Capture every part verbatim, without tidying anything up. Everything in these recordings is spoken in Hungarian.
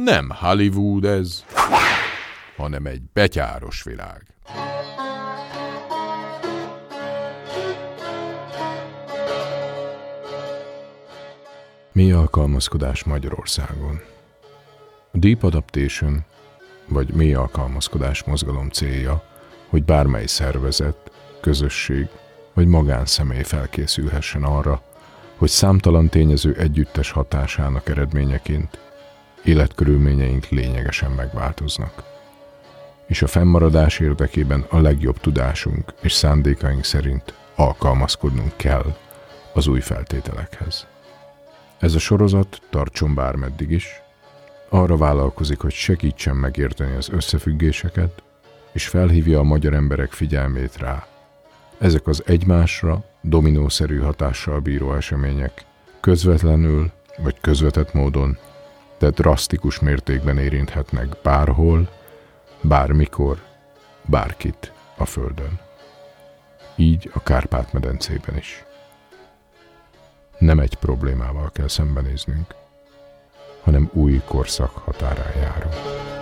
Nem Hollywood ez, hanem egy betyáros világ. Mi alkalmazkodás Magyarországon? A Deep Adaptation, vagy mély alkalmazkodás mozgalom célja, hogy bármely szervezet, közösség vagy magánszemély felkészülhessen arra, hogy számtalan tényező együttes hatásának eredményeként életkörülményeink lényegesen megváltoznak. És a fennmaradás érdekében a legjobb tudásunk és szándékaink szerint alkalmazkodnunk kell az új feltételekhez. Ez a sorozat, tartson bármeddig is, arra vállalkozik, hogy segítsen megérteni az összefüggéseket, és felhívja a magyar emberek figyelmét rá. Ezek az egymásra dominószerű hatással bíró események közvetlenül vagy közvetett módon, de drasztikus mértékben érinthetnek bárhol, bármikor, bárkit a Földön. Így a Kárpát-medencében is. Nem egy problémával kell szembenéznünk, hanem új korszak határán járunk.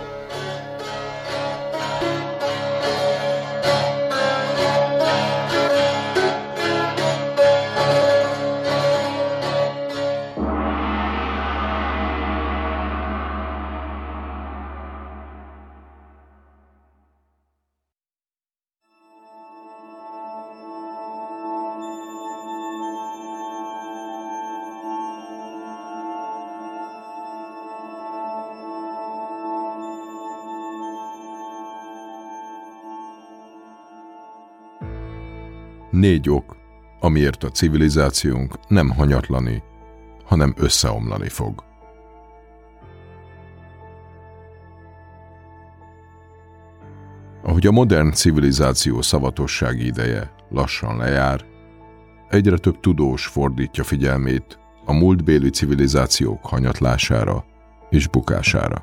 Négy ok, amiért a civilizációnk nem hanyatlani, hanem összeomlani fog. Ahogy a modern civilizáció szavatossági ideje lassan lejár, egyre több tudós fordítja figyelmét a múltbéli civilizációk hanyatlására és bukására.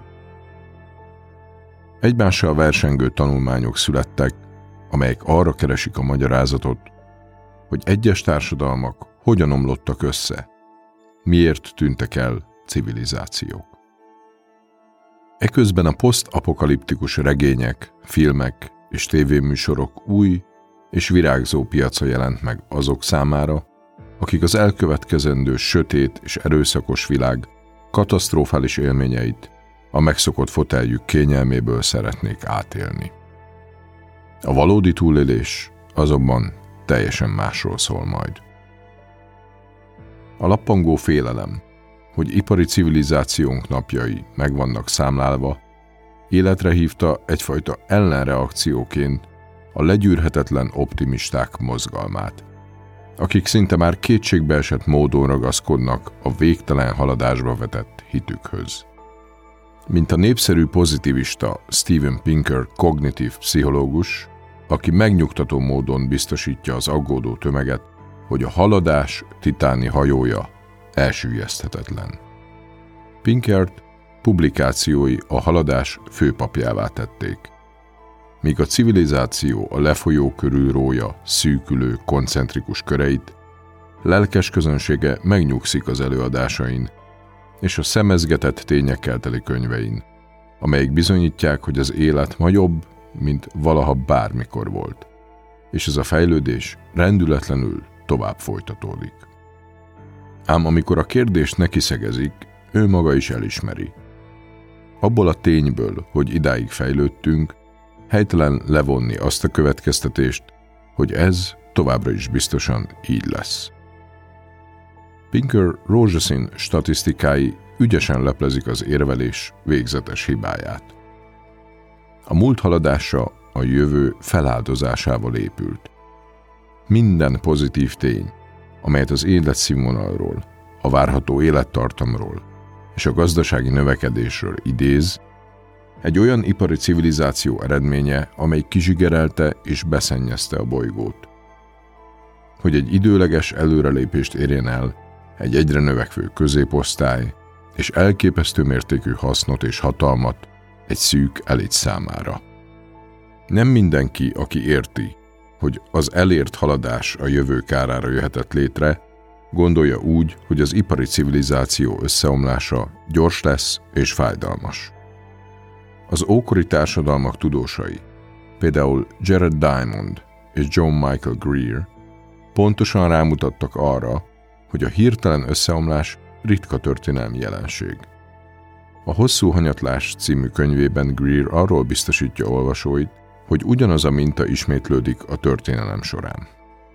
Egymással versengő tanulmányok születtek, amelyek arra keresik a magyarázatot, hogy egyes társadalmak hogyan omlottak össze, miért tűntek el civilizációk. Eközben a posztapokaliptikus regények, filmek és tévéműsorok új és virágzó piaca jelent meg azok számára, akik az elkövetkezendő sötét és erőszakos világ katasztrofális élményeit a megszokott foteljük kényelméből szeretnék átélni. A valódi túlélés azonban teljesen másról szól majd. A lappangó félelem, hogy ipari civilizációnk napjai meg vannak számlálva, életre hívta egyfajta ellenreakcióként a legyűrhetetlen optimisták mozgalmát, akik szinte már kétségbeesett módon ragaszkodnak a végtelen haladásba vetett hitükhöz. Mint a népszerű pozitivista Steven Pinker kognitív pszichológus, aki megnyugtató módon biztosítja az aggódó tömeget, hogy a haladás titáni hajója elsüllyeszthetetlen. Pinkert publikációi a haladás főpapjává tették, míg a civilizáció a lefolyó körül rója szűkülő, koncentrikus köreit, lelkes közönsége megnyugszik az előadásain és a szemezgetett tényekkel teli könyvein, amelyek bizonyítják, hogy az élet ma jobb, mint valaha bármikor volt, és ez a fejlődés rendületlenül tovább folytatódik. Ám amikor a kérdést nekiszegezik, ő maga is elismeri. Abból a tényből, hogy idáig fejlődtünk, helytelen levonni azt a következtetést, hogy ez továbbra is biztosan így lesz. Pinker rózsaszín statisztikái ügyesen leplezik az érvelés végzetes hibáját. A múlt haladása a jövő feláldozásával épült. Minden pozitív tény, amelyet az életszínvonalról, a várható élettartamról és a gazdasági növekedésről idéz, egy olyan ipari civilizáció eredménye, amely kizsigerelte és beszennyezte a bolygót. Hogy egy időleges előrelépést érjen el egy egyre növekvő középosztály, és elképesztő mértékű hasznot és hatalmat egy szűk elit számára. Nem mindenki, aki érti, hogy az elért haladás a jövő kárára jöhetett létre, gondolja úgy, hogy az ipari civilizáció összeomlása gyors lesz és fájdalmas. Az ókori társadalmak tudósai, például Jared Diamond és John Michael Greer pontosan rámutattak arra, hogy a hirtelen összeomlás ritka történelmi jelenség. A Hosszú hanyatlás című könyvében Greer arról biztosítja olvasóit, hogy ugyanaz a minta ismétlődik a történelem során.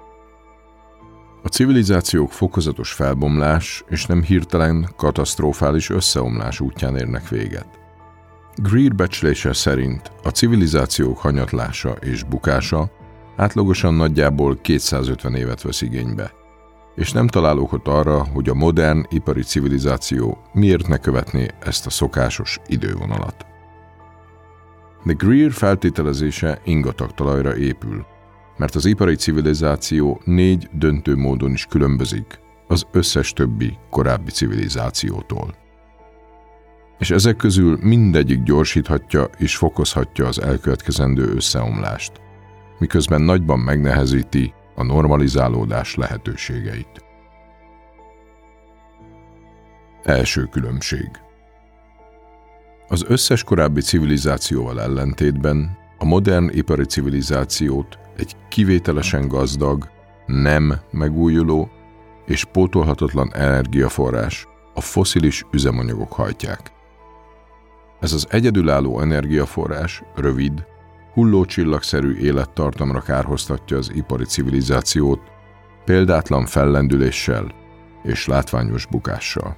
A civilizációk fokozatos felbomlás és nem hirtelen katasztrofális összeomlás útján érnek véget. Greer becslése szerint a civilizációk hanyatlása és bukása átlagosan nagyjából kétszázötven évet vesz igénybe, és nem talál okot arra, hogy a modern ipari civilizáció miért ne követné ezt a szokásos idővonalat. De Greer feltételezése ingatag talajra épül, mert az ipari civilizáció négy döntő módon is különbözik az összes többi korábbi civilizációtól. És ezek közül mindegyik gyorsíthatja és fokozhatja az elkövetkezendő összeomlást, miközben nagyban megnehezíti a normalizálódás lehetőségeit. Első különbség. Az összes korábbi civilizációval ellentétben a modern ipari civilizációt egy kivételesen gazdag, nem megújuló és pótolhatatlan energiaforrás, a fosszilis üzemanyagok hajtják. Ez az egyedülálló energiaforrás rövid, hullócsillagszerű élettartamra kárhoztatja az ipari civilizációt, példátlan fellendüléssel és látványos bukással.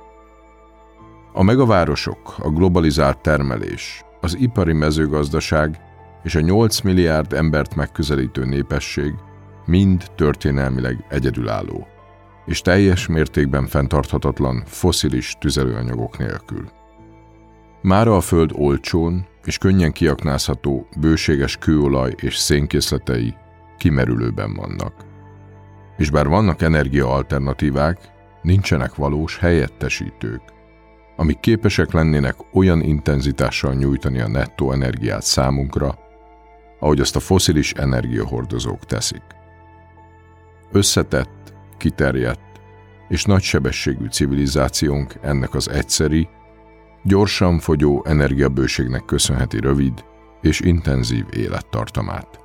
A megavárosok, a globalizált termelés, az ipari mezőgazdaság és a nyolc milliárd embert megközelítő népesség mind történelmileg egyedülálló, és teljes mértékben fenntarthatatlan fosszilis tüzelőanyagok nélkül. Mára a Föld olcsón és könnyen kiaknázható bőséges kőolaj és szénkészletei kimerülőben vannak. És bár vannak energiaalternatívák, nincsenek valós helyettesítők, amik képesek lennének olyan intenzitással nyújtani a nettó energiát számunkra, ahogy azt a fosszilis energiahordozók teszik. Összetett, kiterjedt és nagysebességű civilizációnk ennek az egyszeri, gyorsan fogyó energiabőségnek köszönheti rövid és intenzív élettartamát.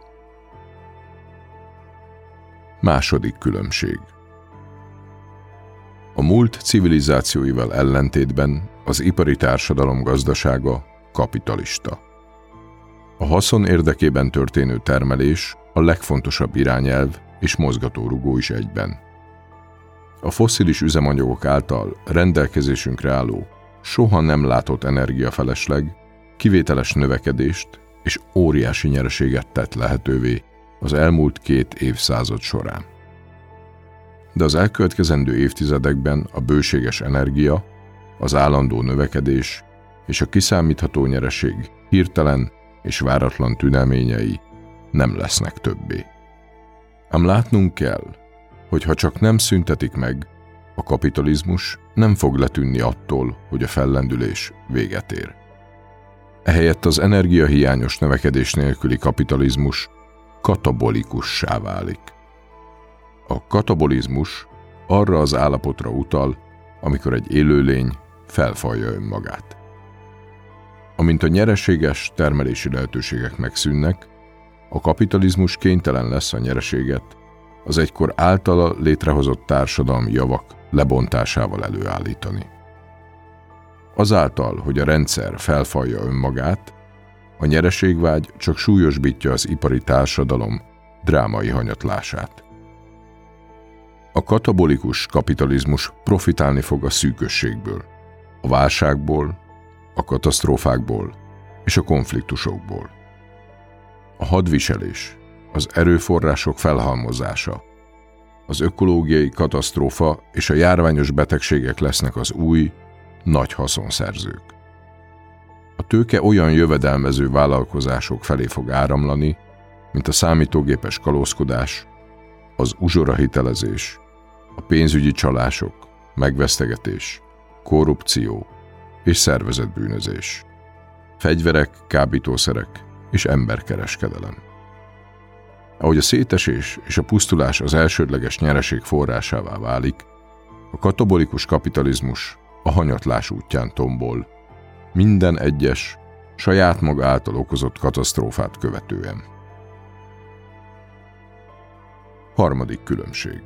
Második különbség. A múlt civilizációival ellentétben az ipari társadalom gazdasága kapitalista. A haszon érdekében történő termelés a legfontosabb irányelv és mozgatórugó is egyben. A fosszilis üzemanyagok által rendelkezésünkre álló, soha nem látott energiafelesleg kivételes növekedést és óriási nyereséget tett lehetővé az elmúlt két évszázad során. De az elkövetkezendő évtizedekben a bőséges energia, az állandó növekedés és a kiszámítható nyereség hirtelen és váratlan tüneményei nem lesznek többé. Ám látnunk kell, hogy ha csak nem szüntetik meg, a kapitalizmus nem fog letűnni attól, hogy a fellendülés véget ér. Ehelyett az energiahiányos növekedés nélküli kapitalizmus katabolikussá válik. A katabolizmus arra az állapotra utal, amikor egy élőlény felfalja önmagát. Amint a nyereséges termelési lehetőségek megszűnnek, a kapitalizmus kénytelen lesz a nyereséget az egykor általa létrehozott társadalmi javak lebontásával előállítani. Azáltal, hogy a rendszer felfalja önmagát, a nyereségvágy csak súlyosbítja az ipari társadalom drámai hanyatlását. A katabolikus kapitalizmus profitálni fog a szűkösségből, a válságból, a katasztrófákból és a konfliktusokból. A hadviselés, az erőforrások felhalmozása, az ökológiai katasztrófa és a járványos betegségek lesznek az új, nagy haszonszerzők. A tőke olyan jövedelmező vállalkozások felé fog áramlani, mint a számítógépes kalózkodás, az uzsorahitelezés, a pénzügyi csalások, megvesztegetés, korrupció és szervezetbűnözés, fegyverek, kábítószerek és emberkereskedelem. Ahogy a szétesés és a pusztulás az elsődleges nyereség forrásává válik, a katabolikus kapitalizmus a hanyatlás útján tombol, minden egyes, saját maga által okozott katasztrófát követően. Harmadik különbség.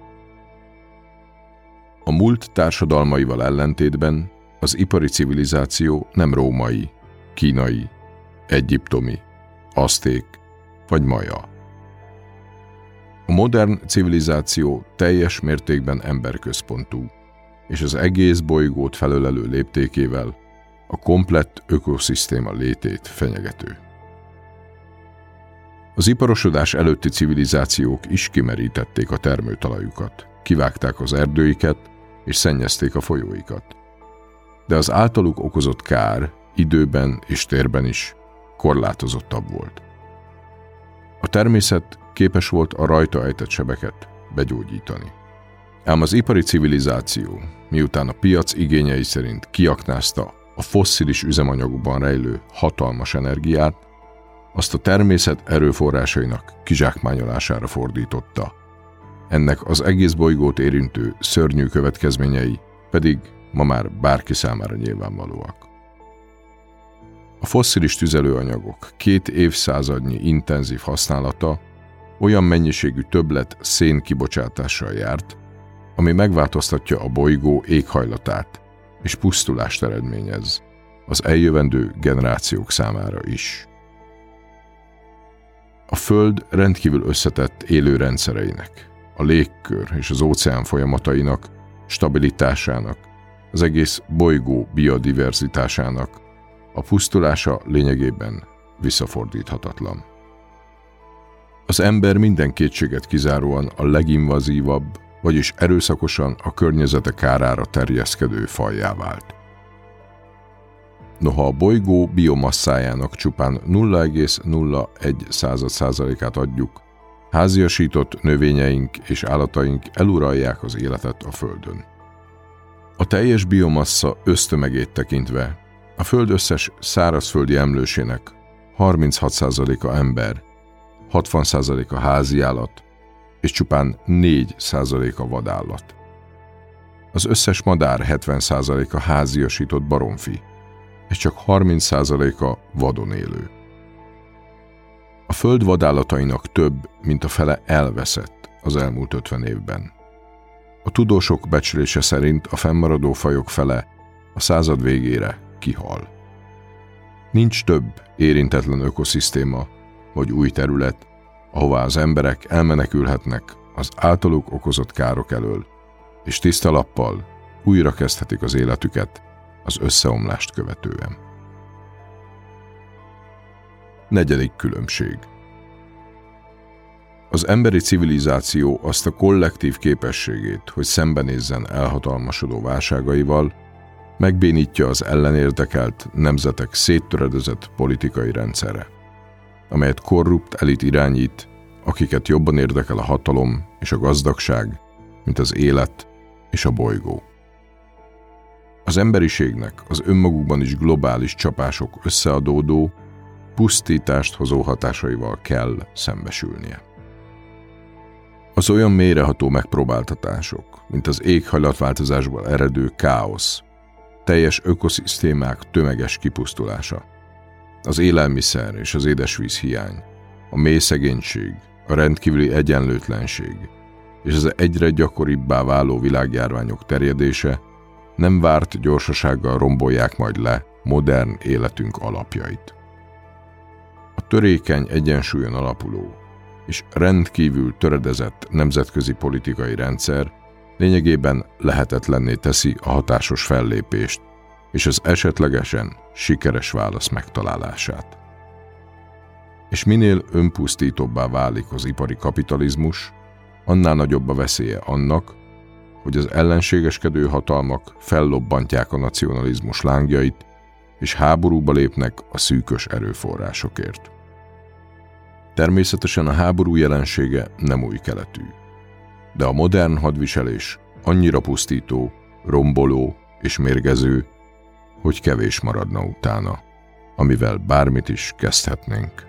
A múlt társadalmaival ellentétben az ipari civilizáció nem római, kínai, egyiptomi, azték vagy maja. A modern civilizáció teljes mértékben emberközpontú, és az egész bolygót felölelő léptékével a komplett ökoszisztéma létét fenyegető. Az iparosodás előtti civilizációk is kimerítették a termőtalajukat, kivágták az erdőiket és szennyezték a folyóikat. De az általuk okozott kár időben és térben is korlátozottabb volt. A természet képes volt a rajta ejtett sebeket begyógyítani. Ám az ipari civilizáció, miután a piac igényei szerint kiaknázta a fosszilis üzemanyagokban rejlő hatalmas energiát, azt a természet erőforrásainak kizsákmányolására fordította. Ennek az egész bolygót érintő szörnyű következményei pedig ma már bárki számára nyilvánvalóak. A fosszilis tüzelőanyagok két évszázadnyi intenzív használata olyan mennyiségű többlet szén kibocsátással járt, ami megváltoztatja a bolygó éghajlatát és pusztulást eredményez az eljövendő generációk számára is. A Föld rendkívül összetett élő rendszereinek, a légkör és az óceán folyamatainak, stabilitásának, az egész bolygó biodiverzitásának a pusztulása lényegében visszafordíthatatlan. Az ember minden kétséget kizáróan a leginvazívabb, vagyis erőszakosan a környezete kárára terjeszkedő fajjá vált. Noha a bolygó biomasszájának csupán nulla egész nulla egy százalékát adjuk, háziasított növényeink és állataink eluralják az életet a Földön. A teljes biomassa össztömegét tekintve a Föld összes szárazföldi emlősének harminchat százaléka ember, hatvan százaléka háziállat és csupán négy százaléka vadállat. Az összes madár hetven százaléka háziasított baromfi, és csak harminc százaléka vadon élő. A Föld vadállatainak több, mint a fele elveszett az elmúlt ötven évben. A tudósok becslése szerint a fennmaradó fajok fele a század végére kihal. Nincs több érintetlen ökoszisztéma vagy új terület, ahová az emberek elmenekülhetnek az általuk okozott károk elől, és tiszta lappal újra kezdhetik az életüket az összeomlást követően. Negyedik különbség. Az emberi civilizáció azt a kollektív képességét, hogy szembenézzen elhatalmasodó válságaival, megbénítja az ellenérdekelt nemzetek széttöredezett politikai rendszere, amelyet korrupt elit irányít, akiket jobban érdekel a hatalom és a gazdagság, mint az élet és a bolygó. Az emberiségnek az önmagukban is globális csapások összeadódó, pusztítást hozó hatásaival kell szembesülnie. Az olyan mélyreható megpróbáltatások, mint az éghajlatváltozásból eredő káosz, teljes ökoszisztémák tömeges kipusztulása, az élelmiszer és az édesvíz hiány, a mély szegénység, a rendkívüli egyenlőtlenség és az egyre gyakoribbá váló világjárványok terjedése nem várt gyorsasággal rombolják majd le modern életünk alapjait. A törékeny egyensúlyon alapuló és rendkívül töredezett nemzetközi politikai rendszer lényegében lehetetlenné teszi a hatásos fellépést és az esetlegesen sikeres válasz megtalálását. És minél önpusztítóbbá válik az ipari kapitalizmus, annál nagyobb a veszélye annak, hogy az ellenségeskedő hatalmak fellobbantják a nacionalizmus lángjait, és háborúba lépnek a szűkös erőforrásokért. Természetesen a háború jelensége nem új keletű, de a modern hadviselés annyira pusztító, romboló és mérgező, hogy kevés maradna utána, amivel bármit is kezdhetnénk.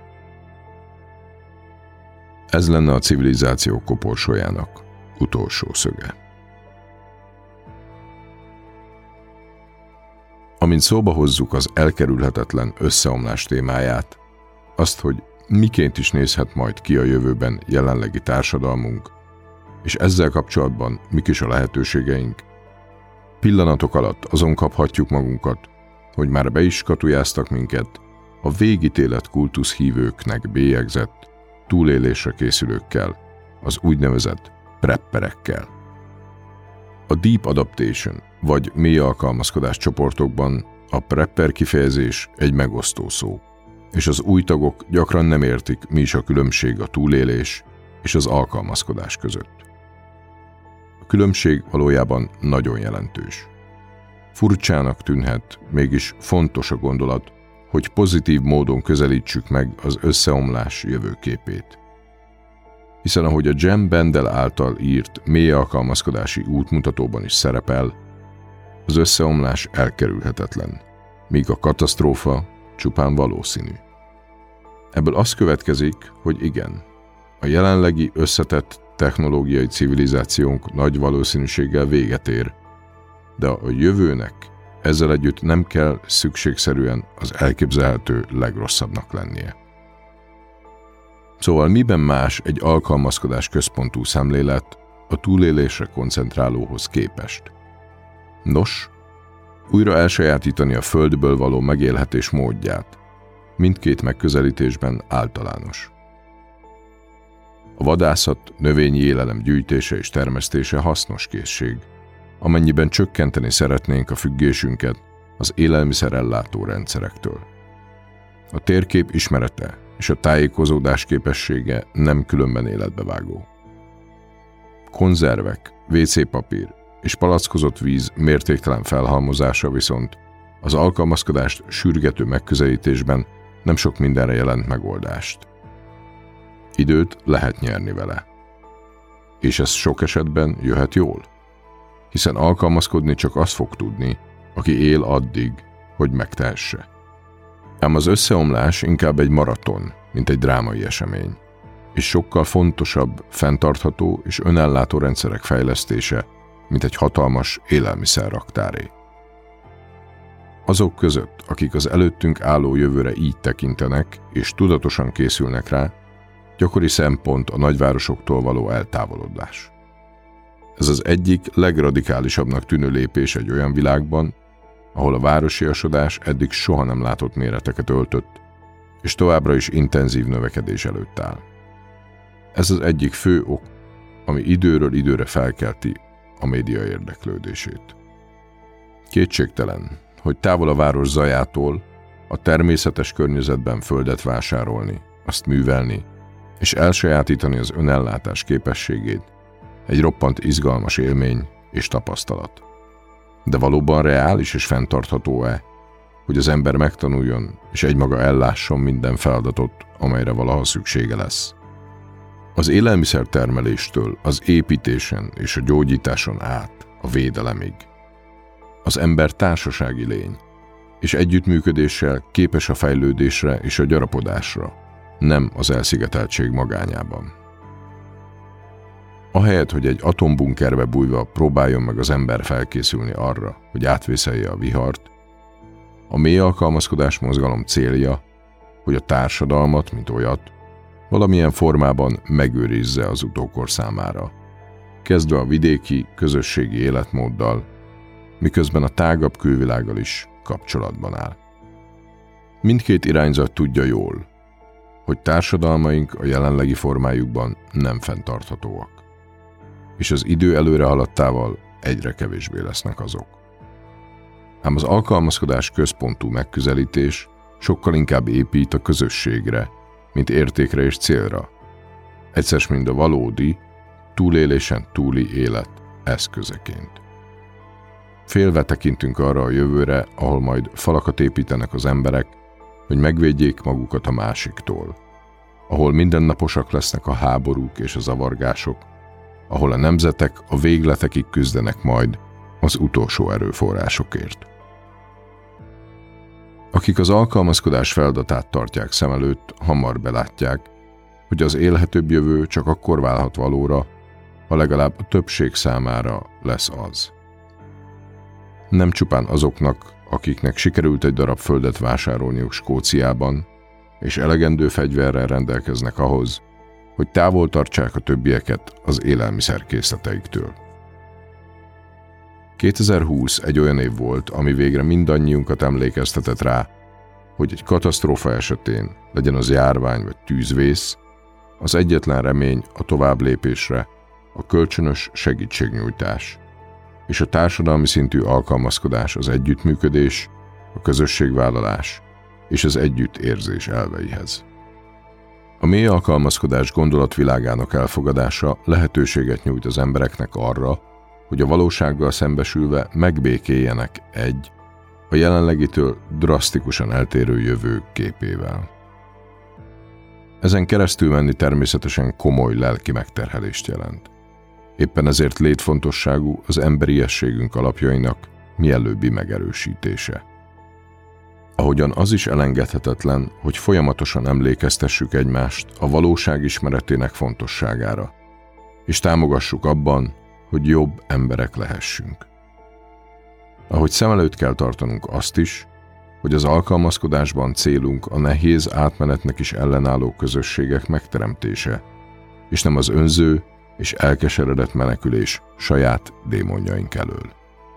Ez lenne a civilizáció koporsójának utolsó szöge. Amint szóba hozzuk az elkerülhetetlen összeomlás témáját, azt, hogy miként is nézhet majd ki a jövőben jelenlegi társadalmunk, és ezzel kapcsolatban mik is a lehetőségeink, pillanatok alatt azon kaphatjuk magunkat, hogy már be is skatujáztak minket a végítélet kultusz hívőknek bélyegzett, túlélésre készülőkkel, az úgynevezett prepperekkel. A Deep Adaptation vagy mély alkalmazkodás csoportokban a prepper kifejezés egy megosztó szó, és az új tagok gyakran nem értik, mi is a különbség a túlélés és az alkalmazkodás között. A különbség valójában nagyon jelentős. Furcsának tűnhet, mégis fontos a gondolat, hogy pozitív módon közelítsük meg az összeomlás jövőképét. Hiszen ahogy a Jem Bendel által írt mély alkalmazkodási útmutatóban is szerepel, az összeomlás elkerülhetetlen, míg a katasztrófa csupán valószínű. Ebből az következik, hogy igen, a jelenlegi összetett technológiai civilizációnk nagy valószínűséggel véget ér, de a jövőnek ezzel együtt nem kell szükségszerűen az elképzelhető legrosszabbnak lennie. Szóval miben más egy alkalmazkodás központú szemlélet a túlélésre koncentrálóhoz képest? Nos, újra elsajátítani a földből való megélhetés módját, mindkét megközelítésben általános. A vadászat, növényi élelem gyűjtése és termesztése hasznos készség, amennyiben csökkenteni szeretnénk a függésünket az élelmiszerellátó rendszerektől. A térkép ismerete és a tájékozódás képessége nem különben életbevágó. Konzervek, vé cé papír és palackozott víz mértéktelen felhalmozása viszont az alkalmazkodást sürgető megközelítésben nem sok mindenre jelent megoldást. Időt lehet nyerni vele. És ez sok esetben jöhet jól, hiszen alkalmazkodni csak azt fog tudni, aki él addig, hogy megtehesse. Ám az összeomlás inkább egy maraton, mint egy drámai esemény, és sokkal fontosabb, fenntartható és önellátó rendszerek fejlesztése, mint egy hatalmas élelmiszerraktáré. Azok között, akik az előttünk álló jövőre így tekintenek és tudatosan készülnek rá, gyakori szempont a nagyvárosoktól való eltávolodás. Ez az egyik legradikálisabbnak tűnő lépés egy olyan világban, ahol a városiasodás eddig soha nem látott méreteket öltött, és továbbra is intenzív növekedés előtt áll. Ez az egyik fő ok, ami időről időre felkelti a média érdeklődését. Kétségtelen, hogy távol a város zajától, a természetes környezetben földet vásárolni, azt művelni, és elsajátítani az önellátás képességét, egy roppant izgalmas élmény és tapasztalat. De valóban reális és fenntartható-e, hogy az ember megtanuljon és egymaga ellásson minden feladatot, amelyre valaha szüksége lesz? Az élelmiszertermeléstől az építésen és a gyógyításon át a védelemig. Az ember társasági lény, és együttműködéssel képes a fejlődésre és a gyarapodásra, nem az elszigeteltség magányában. Ahelyett, hogy egy atombunkerbe bújva próbáljon meg az ember felkészülni arra, hogy átvészelje a vihart, a mély alkalmazkodás mozgalom célja, hogy a társadalmat, mint olyat, valamilyen formában megőrizze az utókor számára, kezdve a vidéki, közösségi életmóddal, miközben a tágabb külvilággal is kapcsolatban áll. Mindkét irányzat tudja jól, hogy társadalmaink a jelenlegi formájukban nem fenntarthatóak, és az idő előre haladtával egyre kevésbé lesznek azok. Ám az alkalmazkodás központú megközelítés sokkal inkább épít a közösségre, mint értékre és célra, egyszer mind a valódi, túlélésen túli élet eszközeként. Félve tekintünk arra a jövőre, ahol majd falakat építenek az emberek, hogy megvédjék magukat a másiktól, ahol mindennaposak lesznek a háborúk és a zavargások, ahol a nemzetek a végletekig küzdenek majd az utolsó erőforrásokért. Akik az alkalmazkodás feladatát tartják szem előtt, hamar belátják, hogy az élhetőbb jövő csak akkor válhat valóra, ha legalább a többség számára lesz az. Nem csupán azoknak, akiknek sikerült egy darab földet vásárolniuk Skóciában, és elegendő fegyverrel rendelkeznek ahhoz, hogy távol tartsák a többieket az élelmiszerkészleteiktől. kétezer-húsz egy olyan év volt, ami végre mindannyiunkat emlékeztetett rá, hogy egy katasztrófa esetén, legyen az járvány vagy tűzvész, az egyetlen remény a továbblépésre a kölcsönös segítségnyújtás, és a társadalmi szintű alkalmazkodás az együttműködés, a közösségvállalás és az együttérzés elveihez. A mély alkalmazkodás gondolatvilágának elfogadása lehetőséget nyújt az embereknek arra, hogy a valósággal szembesülve megbékéljenek egy, a jelenlegitől drasztikusan eltérő jövő képével. Ezen keresztül menni természetesen komoly lelki megterhelést jelent. Éppen ezért létfontosságú az emberiességünk alapjainak mielőbbi megerősítése. Ahogyan az is elengedhetetlen, hogy folyamatosan emlékeztessük egymást a valóság ismeretének fontosságára, és támogassuk abban, hogy jobb emberek lehessünk. Ahogy szem előtt kell tartanunk azt is, hogy az alkalmazkodásban célunk a nehéz átmenetnek is ellenálló közösségek megteremtése, és nem az önző és elkeseredett menekülés saját démonjaink elől.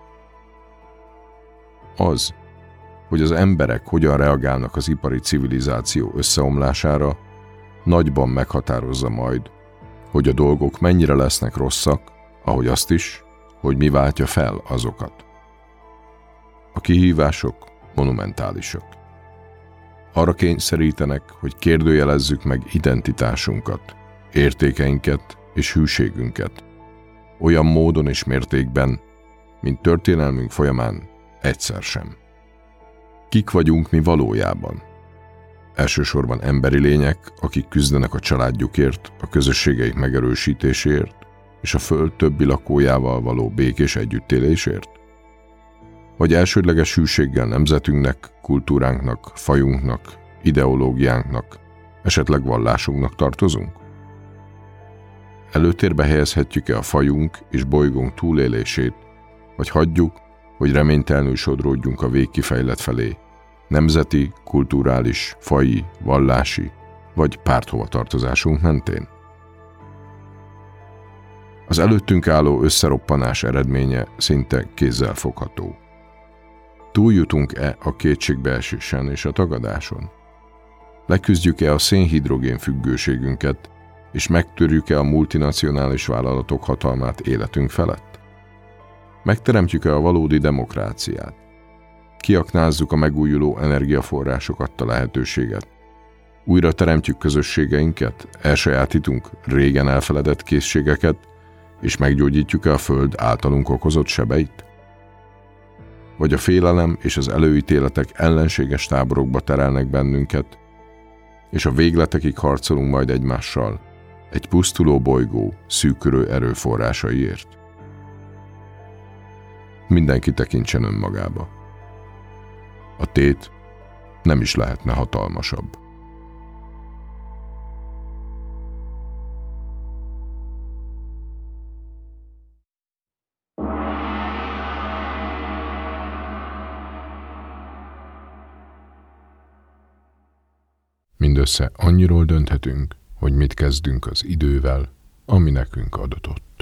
Az, hogy az emberek hogyan reagálnak az ipari civilizáció összeomlására, nagyban meghatározza majd, hogy a dolgok mennyire lesznek rosszak, ahogy azt is, hogy mi váltja fel azokat. A kihívások monumentálisak. Arra kényszerítenek, hogy kérdőjelezzük meg identitásunkat, értékeinket és hűségünket, olyan módon és mértékben, mint történelmünk folyamán egyszer sem. Kik vagyunk mi valójában? Elsősorban emberi lények, akik küzdenek a családjukért, a közösségeik megerősítéséért és a föld többi lakójával való békés együttélésért? Vagy elsődleges hűséggel nemzetünknek, kultúránknak, fajunknak, ideológiánknak, esetleg vallásunknak tartozunk? Előtérbe helyezhetjük-e a fajunk és bolygónk túlélését, vagy hagyjuk, hogy reménytelenül sodródjunk a végkifejlet felé, nemzeti, kulturális, faji, vallási vagy párthovatartozásunk mentén? Az előttünk álló összeroppanás eredménye szinte kézzelfogható. Túljutunk-e a kétségbeesésen és a tagadáson? Leküzdjük-e a szénhidrogén függőségünket, és megtörjük-e a multinacionális vállalatok hatalmát életünk felett? Megteremtjük-e a valódi demokráciát? Kiaknázzuk a megújuló energiaforrások adta lehetőséget? Újra teremtjük közösségeinket, elsajátítunk régen elfeledett készségeket, és meggyógyítjuk-e a Föld általunk okozott sebeit? Vagy a félelem és az előítéletek ellenséges táborokba terelnek bennünket, és a végletekig harcolunk majd egymással, egy pusztuló bolygó szűkörő erőforrásaiért? Mindenki tekintsen önmagába. A tét nem is lehetne hatalmasabb. Mindössze annyiról dönthetünk, hogy mit kezdünk az idővel, ami nekünk adatott.